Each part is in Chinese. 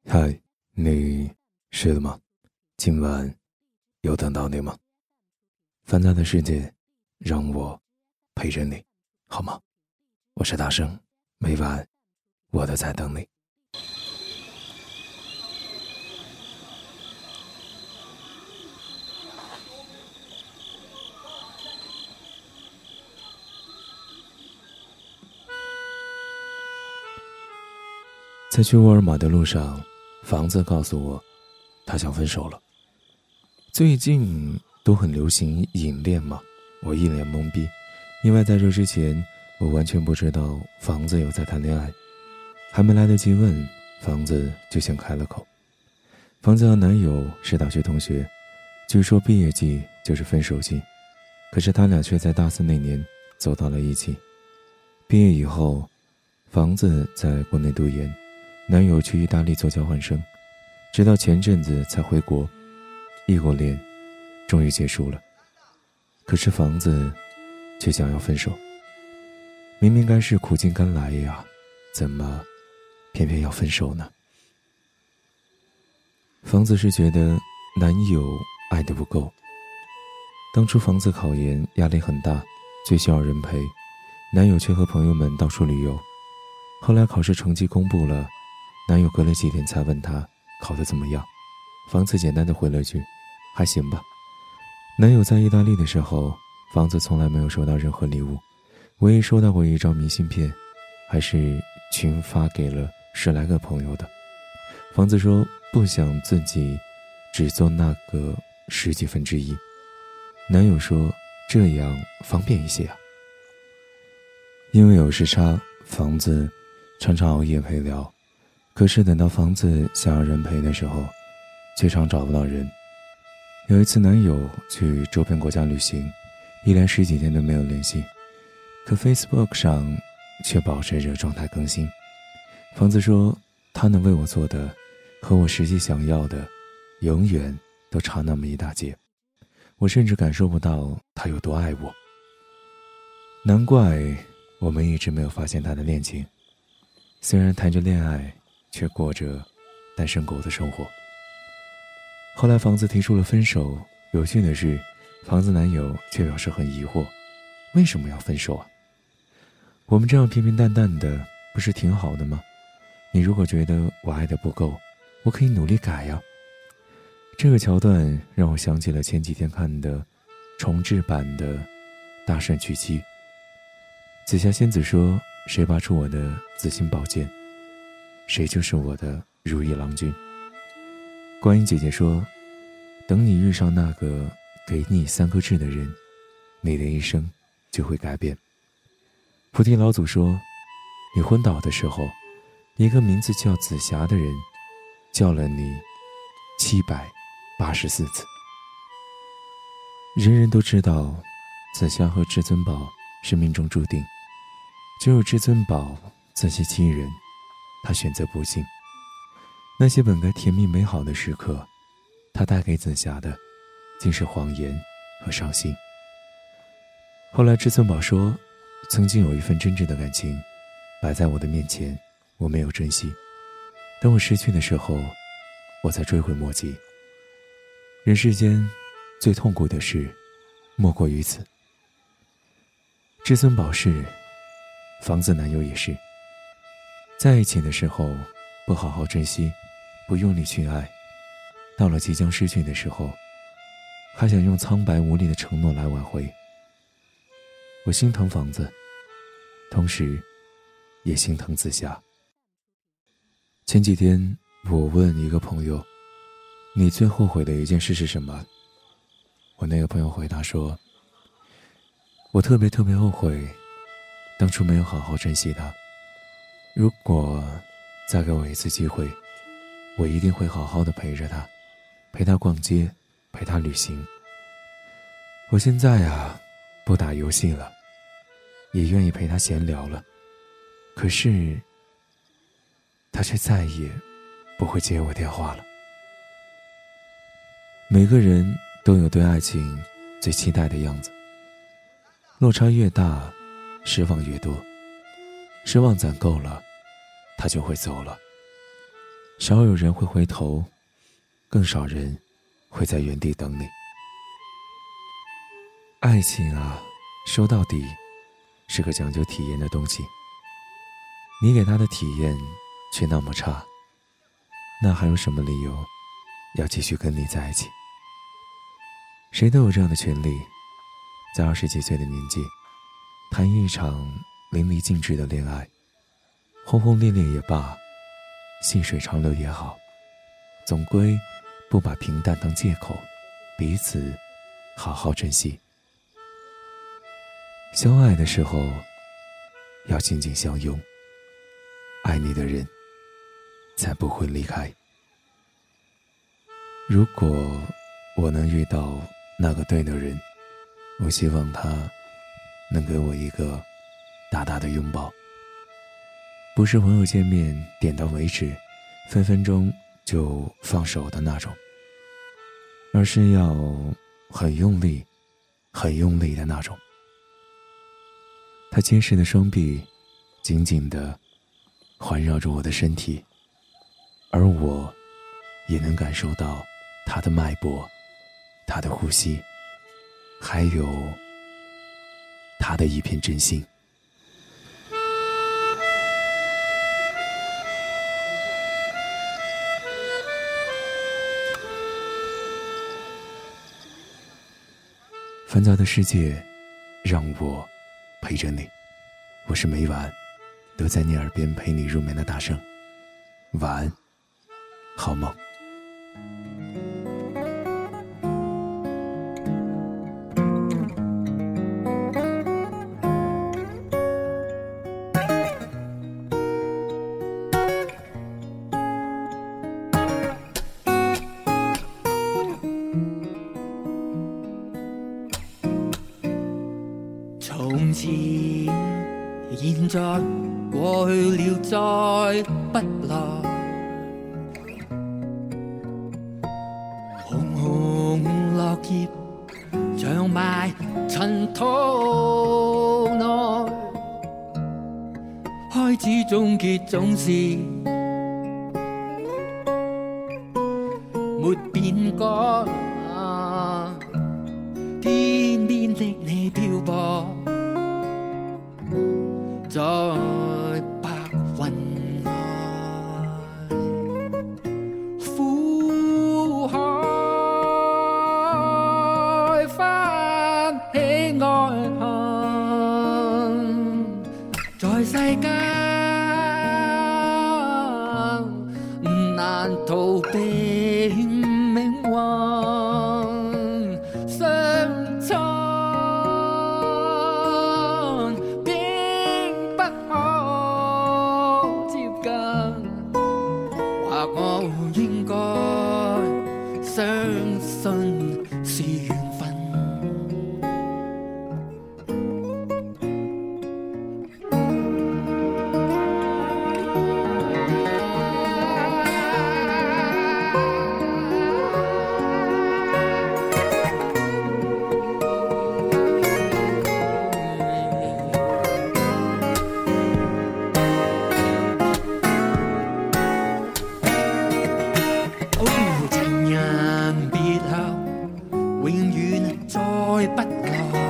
嗨，你睡了吗？今晚有等到你吗？繁杂的世界，让我陪着你，好吗？我是大圣，每晚我都在等你。在去沃尔玛的路上，房子告诉我，他想分手了。最近都很流行隐恋嘛，我一脸懵逼，因为在这之前，我完全不知道房子有在谈恋爱。还没来得及问，房子就先开了口。房子和男友是大学同学，据说毕业季就是分手季，可是他俩却在大四那年走到了一起。毕业以后，房子在国内读研，男友去意大利做交换生，直到前阵子才回国。异国恋终于结束了，可是房子却想要分手。明明该是苦尽甘来呀，怎么偏偏要分手呢？房子是觉得男友爱得不够。当初房子考研压力很大，最需要人陪，男友却和朋友们到处旅游。后来考试成绩公布了，男友隔了几天才问她考得怎么样，房子简单的回了句还行吧。男友在意大利的时候，房子从来没有收到任何礼物，唯一收到过一张明信片，还是群发给了10来个朋友的。房子说不想自己只做那个10几分之一，男友说这样方便一些啊。因为有时差，房子常常熬夜陪聊，可是等到房子想要人陪的时候，却常找不到人。有一次男友去周边国家旅行，一连10几天都没有联系，可 Facebook 上却保持着状态更新。房子说他能为我做的和我实际想要的永远都差那么一大截，我甚至感受不到他有多爱我。难怪我们一直没有发现他的恋情，虽然谈着恋爱，却过着单身狗的生活。后来房子提出了分手，有趣的是，房子男友却表示很疑惑，为什么要分手啊？我们这样平平淡淡的，不是挺好的吗？你如果觉得我爱的不够，我可以努力改呀。这个桥段让我想起了前几天看的重制版的《大圣娶妻》。紫霞仙子说，谁拔出我的紫心宝剑，谁就是我的如意郎君。观音姐姐说，等你遇上那个给你3颗痣的人，你的一生就会改变。菩提老祖说，你昏倒的时候，一个名字叫紫霞的人叫了你784次。人人都知道紫霞和至尊宝是命中注定，只有至尊宝自欺欺人，他选择不幸。那些本该甜蜜美好的时刻，他带给紫霞的竟是谎言和伤心。后来至尊宝说，曾经有一份真挚的感情摆在我的面前，我没有珍惜，等我失去的时候，我才追悔莫及。人世间最痛苦的事莫过于此。至尊宝是，房子男友也是，在一起的时候不好好珍惜，不用力去爱，到了即将失去的时候，还想用苍白无力的承诺来挽回。我心疼房子，同时也心疼紫霞。前几天我问一个朋友，你最后悔的一件事是什么？我那个朋友回答说，我特别后悔当初没有好好珍惜他，如果再给我一次机会，我一定会好好的陪着他，陪他逛街，陪他旅行。我现在不打游戏了，也愿意陪他闲聊了，可是他却再也不会接我电话了。每个人都有对爱情最期待的样子，落差越大，失望越多，失望攒够了，他就会走了。 少有人会回头，更少人会在原地等你。爱情啊，说到底是个讲究体验的东西，你给他的体验却那么差，那还有什么理由要继续跟你在一起？谁都有这样的权利，在20几岁的年纪谈一场淋漓尽致的恋爱，轰轰烈烈也罢，细水长流也好，总归不把平淡当借口，彼此好好珍惜。相爱的时候要紧紧相拥，爱你的人才不会离开。如果我能遇到那个对的人，我希望他能给我一个大大的拥抱，不是朋友见面点到为止，分分钟就放手的那种，而是要很用力很用力的那种。他结实的双臂紧紧地环绕着我的身体，而我也能感受到他的脉搏，他的呼吸，还有他的一片真心。烦躁的世界，让我陪着你。我是每晚都在你耳边陪你入眠的大圣，晚安，好梦。 从前现在过去了再不来，红红落叶长埋尘土内，开始终结总是没变改，天边的你漂泊在白雲外，苦海翻起愛恨，在世間難逃避命運相親。我應該相信是緣分，永遠再不來，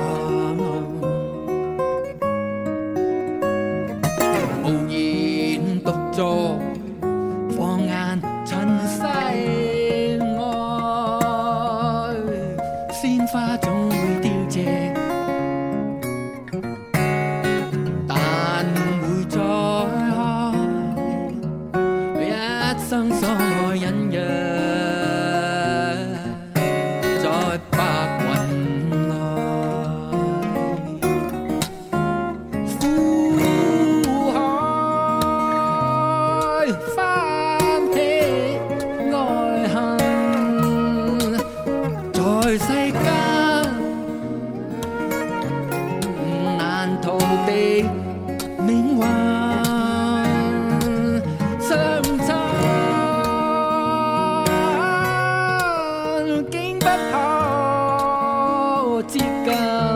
無言獨坐，放眼塵世外，鮮花總會凋謝，但會再開，一生所愛隱約。白雲內，苦海翻起愛恨，在世間難逃避命運相親，竟不可接近。